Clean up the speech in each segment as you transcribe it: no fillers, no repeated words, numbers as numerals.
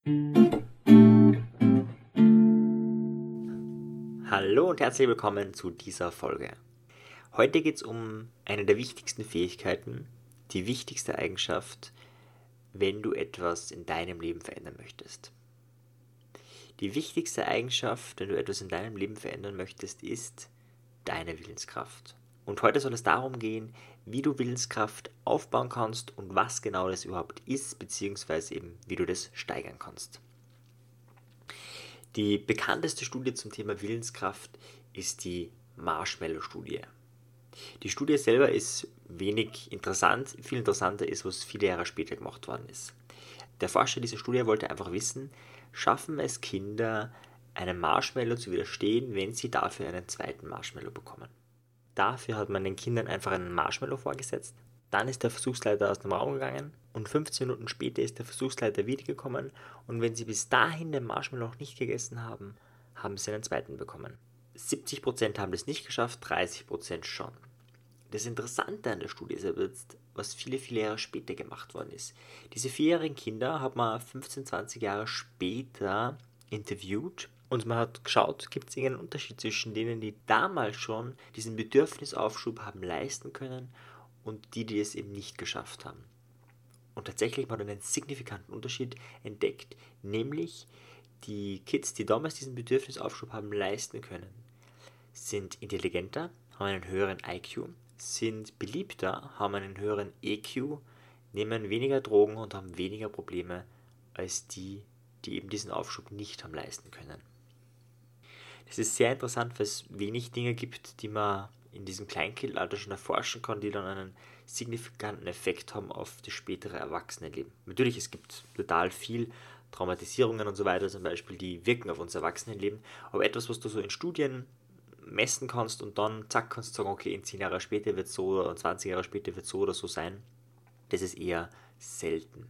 Hallo und herzlich willkommen zu dieser Folge. Heute geht es um eine der wichtigsten Fähigkeiten, die wichtigste Eigenschaft, wenn du etwas in deinem Leben verändern möchtest. Die wichtigste Eigenschaft, wenn du etwas in deinem Leben verändern möchtest, ist deine Willenskraft. Und heute soll es darum gehen, wie du Willenskraft aufbauen kannst und was genau das überhaupt ist, beziehungsweise eben wie du das steigern kannst. Die bekannteste Studie zum Thema Willenskraft ist die Marshmallow-Studie. Die Studie selber ist wenig interessant, viel interessanter ist, was viele Jahre später gemacht worden ist. Der Forscher dieser Studie wollte einfach wissen, schaffen es Kinder, einem Marshmallow zu widerstehen, wenn sie dafür einen zweiten Marshmallow bekommen. Dafür hat man den Kindern einfach einen Marshmallow vorgesetzt, dann ist der Versuchsleiter aus dem Raum gegangen und 15 Minuten später ist der Versuchsleiter wiedergekommen und wenn sie bis dahin den Marshmallow noch nicht gegessen haben, haben sie einen zweiten bekommen. 70% haben das nicht geschafft, 30% schon. Das Interessante an der Studie ist aber jetzt, was viele, viele Jahre später gemacht worden ist. Diese 4-jährigen Kinder hat man 15, 20 Jahre später interviewt und man hat geschaut, gibt es irgendeinen Unterschied zwischen denen, die damals schon diesen Bedürfnisaufschub haben leisten können und die es eben nicht geschafft haben. Und tatsächlich hat man einen signifikanten Unterschied entdeckt, nämlich die Kids, die damals diesen Bedürfnisaufschub haben leisten können, sind intelligenter, haben einen höheren IQ, sind beliebter, haben einen höheren EQ, nehmen weniger Drogen und haben weniger Probleme als die, die eben diesen Aufschub nicht haben leisten können. Das ist sehr interessant, weil es wenig Dinge gibt, die man in diesem Kleinkindalter schon erforschen kann, die dann einen signifikanten Effekt haben auf das spätere Erwachsenenleben. Natürlich, es gibt total viel Traumatisierungen und so weiter zum Beispiel, die wirken auf unser Erwachsenenleben, aber etwas, was du so in Studien messen kannst und dann zack kannst du sagen, okay, in 10 Jahre später wird es so oder 20 Jahre später wird es so oder so sein, das ist eher selten.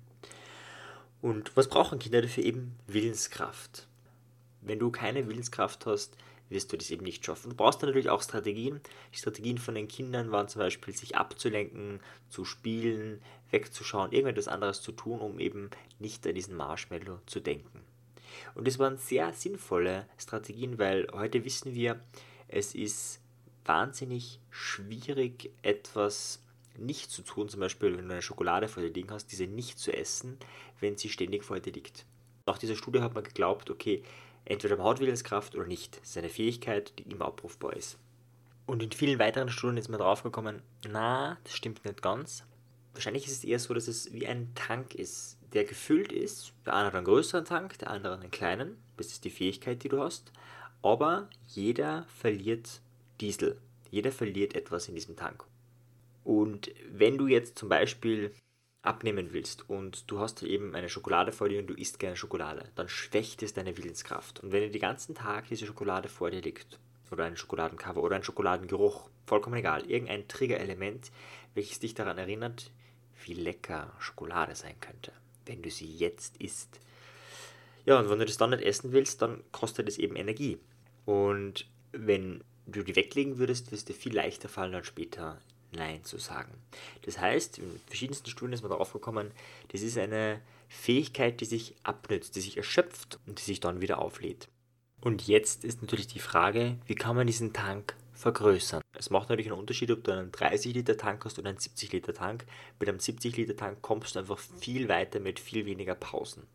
Und was brauchen Kinder dafür? Eben Willenskraft. Wenn du keine Willenskraft hast, wirst du das eben nicht schaffen. Du brauchst dann natürlich auch Strategien. Die Strategien von den Kindern waren zum Beispiel, sich abzulenken, zu spielen, wegzuschauen, irgendetwas anderes zu tun, um eben nicht an diesen Marshmallow zu denken. Und das waren sehr sinnvolle Strategien, weil heute wissen wir, es ist wahnsinnig schwierig, etwas nicht zu tun, zum Beispiel wenn du eine Schokolade vor dir liegen hast, diese nicht zu essen, wenn sie ständig vor dir liegt. Nach dieser Studie hat man geglaubt, okay, entweder man hat Willenskraft oder nicht. Das ist eine Fähigkeit, die immer abrufbar ist. Und in vielen weiteren Studien ist man draufgekommen, na, das stimmt nicht ganz. Wahrscheinlich ist es eher so, dass es wie ein Tank ist, der gefüllt ist. Der eine hat einen größeren Tank, der andere einen kleinen. Das ist die Fähigkeit, die du hast. Aber jeder verliert Diesel. Jeder verliert etwas in diesem Tank. Und wenn du jetzt zum Beispiel abnehmen willst und du hast eben eine Schokolade vor dir und du isst gerne Schokolade, dann schwächt es deine Willenskraft. Und wenn dir den ganzen Tag diese Schokolade vor dir liegt, oder ein Schokoladencover oder ein Schokoladengeruch, vollkommen egal, irgendein Triggerelement, welches dich daran erinnert, wie lecker Schokolade sein könnte, wenn du sie jetzt isst. Ja, und wenn du das dann nicht essen willst, dann kostet es eben Energie. Und wenn du die weglegen würdest, wirst dir viel leichter fallen, dann später Nein zu sagen. Das heißt, in verschiedensten Studien ist man darauf gekommen, das ist eine Fähigkeit, die sich abnützt, die sich erschöpft und die sich dann wieder auflädt. Und jetzt ist natürlich die Frage, wie kann man diesen Tank vergrößern? Es macht natürlich einen Unterschied, ob du einen 30 Liter Tank hast oder einen 70 Liter Tank. Mit einem 70 Liter Tank kommst du einfach viel weiter mit viel weniger Pausen.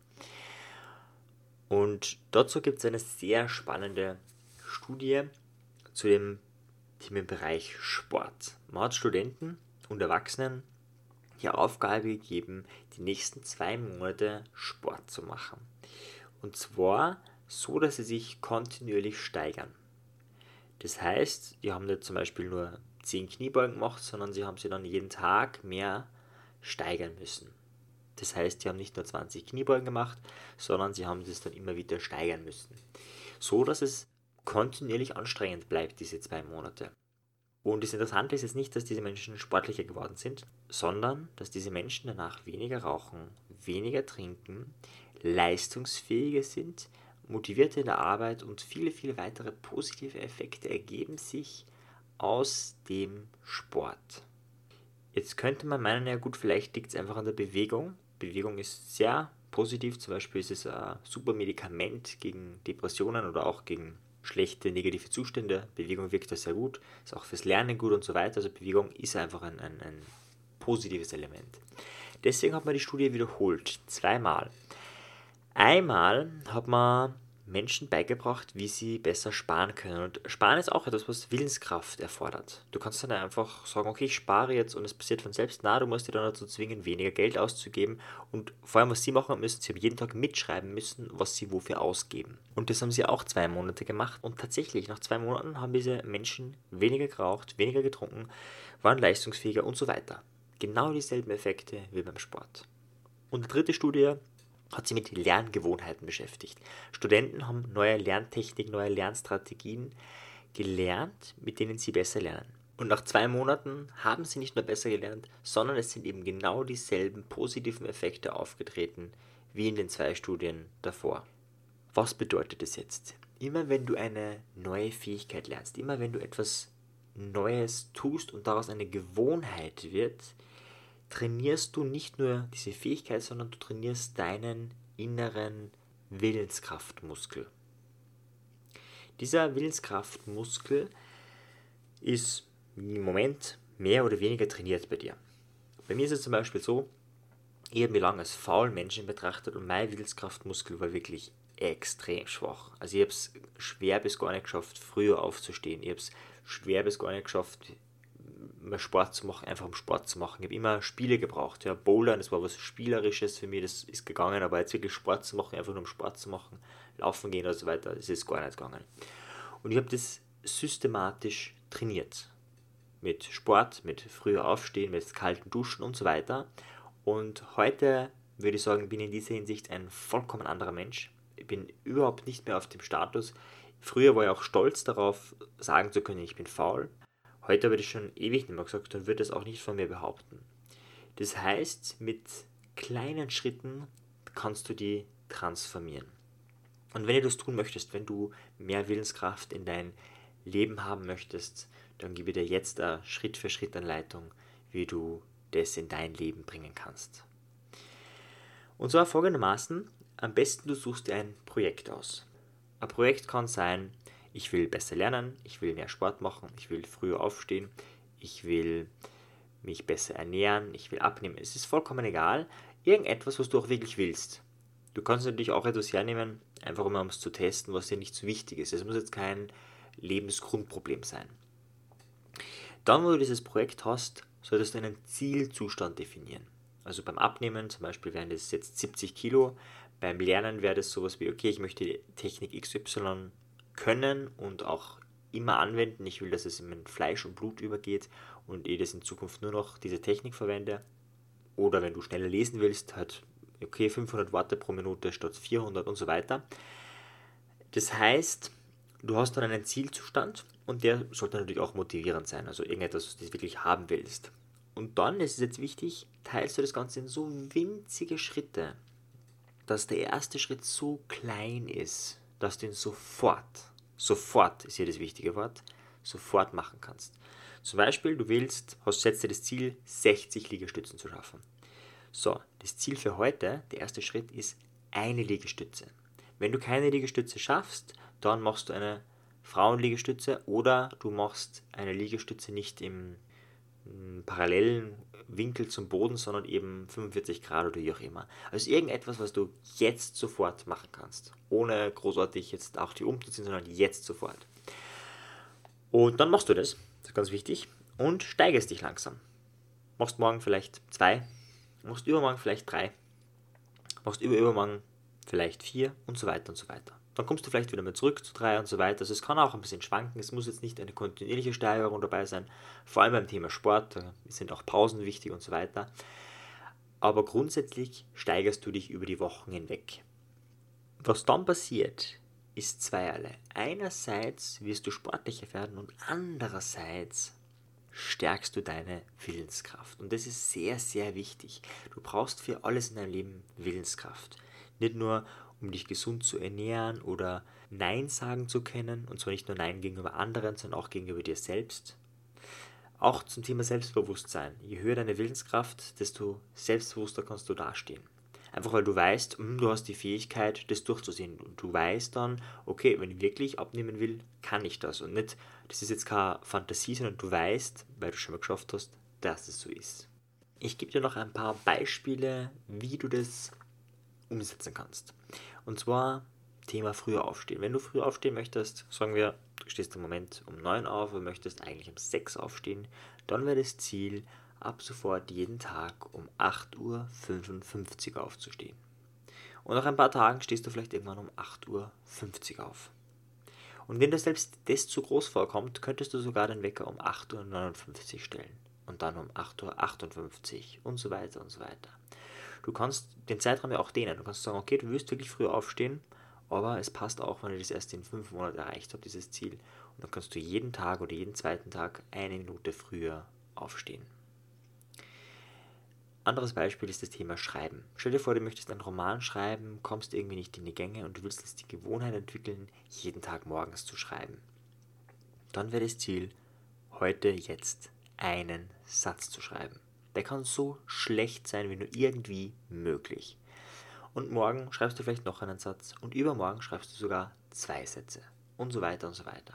Und dazu gibt es eine sehr spannende Studie zu dem Themenbereich Sport. Man hat Studenten und Erwachsenen die Aufgabe gegeben, die nächsten 2 Monate Sport zu machen. Und zwar so, dass sie sich kontinuierlich steigern. Das heißt, die haben nicht zum Beispiel nur 10 Kniebeugen gemacht, sondern sie haben sie dann jeden Tag mehr steigern müssen. Das heißt, sie haben nicht nur 20 Kniebeugen gemacht, sondern sie haben das dann immer wieder steigern müssen. So, dass es kontinuierlich anstrengend bleibt, diese 2 Monate. Und das Interessante ist jetzt nicht, dass diese Menschen sportlicher geworden sind, sondern dass diese Menschen danach weniger rauchen, weniger trinken, leistungsfähiger sind, motivierter in der Arbeit und viele, viele weitere positive Effekte ergeben sich aus dem Sport. Jetzt könnte man meinen, ja gut, vielleicht liegt es einfach an der Bewegung. Bewegung ist sehr positiv. Zum Beispiel ist es ein super Medikament gegen Depressionen oder auch gegen schlechte negative Zustände. Bewegung wirkt da sehr gut, ist auch fürs Lernen gut und so weiter. Also Bewegung ist einfach ein positives Element. Deswegen hat man die Studie wiederholt, zweimal. Einmal hat man Menschen beigebracht, wie sie besser sparen können. Und Sparen ist auch etwas, was Willenskraft erfordert. Du kannst dann einfach sagen, okay, ich spare jetzt und es passiert von selbst. Na, du musst dich dann dazu zwingen, weniger Geld auszugeben. Und vor allem, was sie machen müssen, sie haben jeden Tag mitschreiben müssen, was sie wofür ausgeben. Und das haben sie auch 2 Monate gemacht. Und tatsächlich, nach 2 Monaten haben diese Menschen weniger geraucht, weniger getrunken, waren leistungsfähiger und so weiter. Genau dieselben Effekte wie beim Sport. Und die dritte Studie hat sich mit Lerngewohnheiten beschäftigt. Studenten haben neue Lerntechniken, neue Lernstrategien gelernt, mit denen sie besser lernen. Und nach 2 Monaten haben sie nicht nur besser gelernt, sondern es sind eben genau dieselben positiven Effekte aufgetreten wie in den 2 Studien davor. Was bedeutet das jetzt? Immer wenn du eine neue Fähigkeit lernst, immer wenn du etwas Neues tust und daraus eine Gewohnheit wird, trainierst du nicht nur diese Fähigkeit, sondern du trainierst deinen inneren Willenskraftmuskel. Dieser Willenskraftmuskel ist im Moment mehr oder weniger trainiert bei dir. Bei mir ist es zum Beispiel so, ich habe mich lange als faulen Menschen betrachtet und mein Willenskraftmuskel war wirklich extrem schwach. Also ich habe es schwer bis gar nicht geschafft, früher aufzustehen. Ich habe es schwer bis gar nicht geschafft, mal Sport zu machen, einfach um Sport zu machen. Ich habe immer Spiele gebraucht. Ja, Bowlen, das war was Spielerisches für mich, das ist gegangen, aber jetzt wirklich Sport zu machen, einfach nur um Sport zu machen, laufen gehen und so weiter, das ist gar nicht gegangen. Und ich habe das systematisch trainiert. Mit Sport, mit früher Aufstehen, mit kalten Duschen und so weiter. Und heute würde ich sagen, bin ich in dieser Hinsicht ein vollkommen anderer Mensch. Ich bin überhaupt nicht mehr auf dem Status. Früher war ich auch stolz darauf, sagen zu können, ich bin faul. Heute habe ich das schon ewig nicht mehr gesagt und würde das auch nicht von mir behaupten. Das heißt, mit kleinen Schritten kannst du die transformieren. Und wenn du das tun möchtest, wenn du mehr Willenskraft in dein Leben haben möchtest, dann gebe dir jetzt eine Schritt-für-Schritt-Anleitung, wie du das in dein Leben bringen kannst. Und zwar folgendermaßen: Am besten du suchst dir ein Projekt aus. Ein Projekt kann sein, ich will besser lernen, ich will mehr Sport machen, ich will früher aufstehen, ich will mich besser ernähren, ich will abnehmen. Es ist vollkommen egal. Irgendetwas, was du auch wirklich willst. Du kannst natürlich auch etwas hernehmen, einfach um es zu testen, was dir nicht so wichtig ist. Es muss jetzt kein Lebensgrundproblem sein. Dann, wo du dieses Projekt hast, solltest du einen Zielzustand definieren. Also beim Abnehmen zum Beispiel wären das jetzt 70 Kilo. Beim Lernen wäre das sowas wie, okay, ich möchte die Technik XY können und auch immer anwenden. Ich will, dass es in mein Fleisch und Blut übergeht und ich das in Zukunft nur noch diese Technik verwende. Oder wenn du schneller lesen willst, halt, okay, 500 Worte pro Minute statt 400 und so weiter. Das heißt, du hast dann einen Zielzustand und der sollte natürlich auch motivierend sein, also irgendetwas, was du wirklich haben willst. Und dann ist es jetzt wichtig, teilst du das Ganze in so winzige Schritte, dass der erste Schritt so klein ist, dass du ihn sofort ist hier das wichtige Wort, sofort machen kannst. Zum Beispiel, setzt dir das Ziel, 60 Liegestützen zu schaffen. So, das Ziel für heute, der erste Schritt ist eine Liegestütze. Wenn du keine Liegestütze schaffst, dann machst du eine Frauenliegestütze oder du machst eine Liegestütze nicht im parallelen Winkel zum Boden, sondern eben 45 Grad oder wie auch immer. Also irgendetwas, was du jetzt sofort machen kannst, ohne großartig jetzt auch die umzuziehen, sondern jetzt sofort. Und dann machst du das ist ganz wichtig, und steigerst dich langsam. Machst morgen vielleicht 2, machst übermorgen vielleicht 3, machst übermorgen vielleicht 4 und so weiter und so weiter. Dann kommst du vielleicht wieder mal zurück zu 3 und so weiter. Also es kann auch ein bisschen schwanken, es muss jetzt nicht eine kontinuierliche Steigerung dabei sein, vor allem beim Thema Sport, da sind auch Pausen wichtig und so weiter. Aber grundsätzlich steigerst du dich über die Wochen hinweg. Was dann passiert, ist zweierlei. Einerseits wirst du sportlicher werden und andererseits stärkst du deine Willenskraft. Und das ist sehr, sehr wichtig. Du brauchst für alles in deinem Leben Willenskraft. Nicht nur, um dich gesund zu ernähren oder Nein sagen zu können. Und zwar nicht nur Nein gegenüber anderen, sondern auch gegenüber dir selbst. Auch zum Thema Selbstbewusstsein. Je höher deine Willenskraft, desto selbstbewusster kannst du dastehen. Einfach weil du weißt, du hast die Fähigkeit, das durchzusehen. Und du weißt dann, okay, wenn ich wirklich abnehmen will, kann ich das. Und nicht, das ist jetzt keine Fantasie, sondern du weißt, weil du schon mal geschafft hast, dass es so ist. Ich gebe dir noch ein paar Beispiele, wie du das umsetzen kannst. Und zwar Thema früher aufstehen. Wenn du früher aufstehen möchtest, sagen wir, du stehst im Moment um 9 auf und möchtest eigentlich um 6 aufstehen, dann wäre das Ziel, ab sofort jeden Tag um 8:55 Uhr aufzustehen. Und nach ein paar Tagen stehst du vielleicht irgendwann um 8:50 Uhr auf. Und wenn dir selbst das zu groß vorkommt, könntest du sogar den Wecker um 8:59 Uhr stellen. Und dann um 8:58 Uhr und so weiter und so weiter. Du kannst den Zeitraum ja auch dehnen. Du kannst sagen, okay, du wirst wirklich früher aufstehen, aber es passt auch, wenn ihr das erst in 5 Monaten erreicht habt, dieses Ziel. Und dann kannst du jeden Tag oder jeden zweiten Tag 1 Minute früher aufstehen. Anderes Beispiel ist das Thema Schreiben. Stell dir vor, du möchtest einen Roman schreiben, kommst irgendwie nicht in die Gänge und du willst jetzt die Gewohnheit entwickeln, jeden Tag morgens zu schreiben. Dann wäre das Ziel, heute, jetzt einen Satz zu schreiben. Der kann so schlecht sein wie nur irgendwie möglich. Und morgen schreibst du vielleicht noch einen Satz und übermorgen schreibst du sogar 2 Sätze und so weiter und so weiter.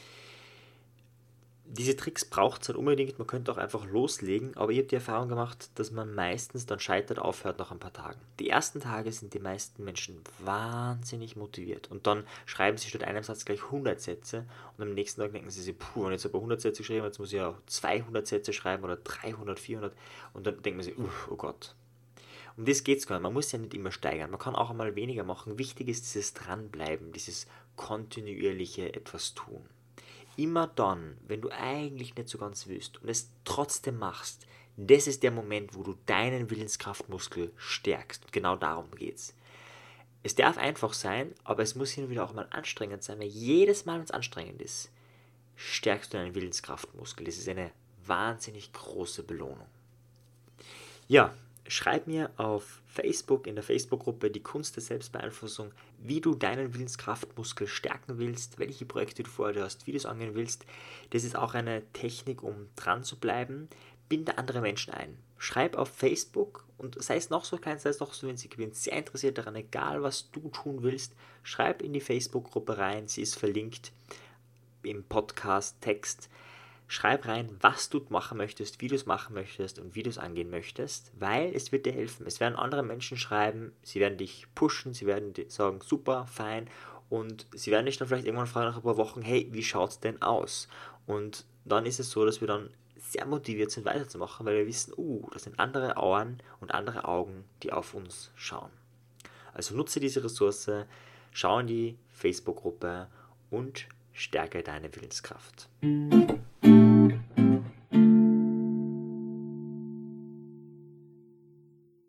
Diese Tricks braucht es halt unbedingt, man könnte auch einfach loslegen, aber ich habe die Erfahrung gemacht, dass man meistens dann scheitert, aufhört nach ein paar Tagen. Die ersten Tage sind die meisten Menschen wahnsinnig motiviert und dann schreiben sie statt einem Satz gleich 100 Sätze und am nächsten Tag denken sie sich, wenn ich jetzt aber 100 Sätze geschrieben habe, jetzt muss ich ja auch 200 Sätze schreiben oder 300, 400 und dann denkt man sich, oh Gott. Um das geht es gar nicht, man muss ja nicht immer steigern, man kann auch einmal weniger machen. Wichtig ist dieses Dranbleiben, dieses kontinuierliche etwas tun. Immer dann, wenn du eigentlich nicht so ganz willst und es trotzdem machst, das ist der Moment, wo du deinen Willenskraftmuskel stärkst. Und genau darum geht's. Es darf einfach sein, aber es muss hin und wieder auch mal anstrengend sein, weil jedes Mal, wenn es anstrengend ist, stärkst du deinen Willenskraftmuskel. Das ist eine wahnsinnig große Belohnung. Ja, schreib mir auf Facebook, in der Facebook-Gruppe Die Kunst der Selbstbeeinflussung, wie du deinen Willenskraftmuskel stärken willst, welche Projekte du vorher hast, wie du es angehen willst. Das ist auch eine Technik, um dran zu bleiben. Binde andere Menschen ein. Schreib auf Facebook und sei es noch so klein, sei es noch so winzig, ich bin sehr interessiert daran, egal was du tun willst, schreib in die Facebook-Gruppe rein, sie ist verlinkt im Podcast-Text. Schreib rein, was du machen möchtest, wie du es machen möchtest und wie du es angehen möchtest, weil es wird dir helfen. Es werden andere Menschen schreiben, sie werden dich pushen, sie werden dir sagen, super, fein, und sie werden dich dann vielleicht irgendwann fragen nach ein paar Wochen, hey, wie schaut es denn aus? Und dann ist es so, dass wir dann sehr motiviert sind, weiterzumachen, weil wir wissen, das sind andere Ohren und andere Augen, die auf uns schauen. Also nutze diese Ressource, schau in die Facebook-Gruppe und stärke deine Willenskraft.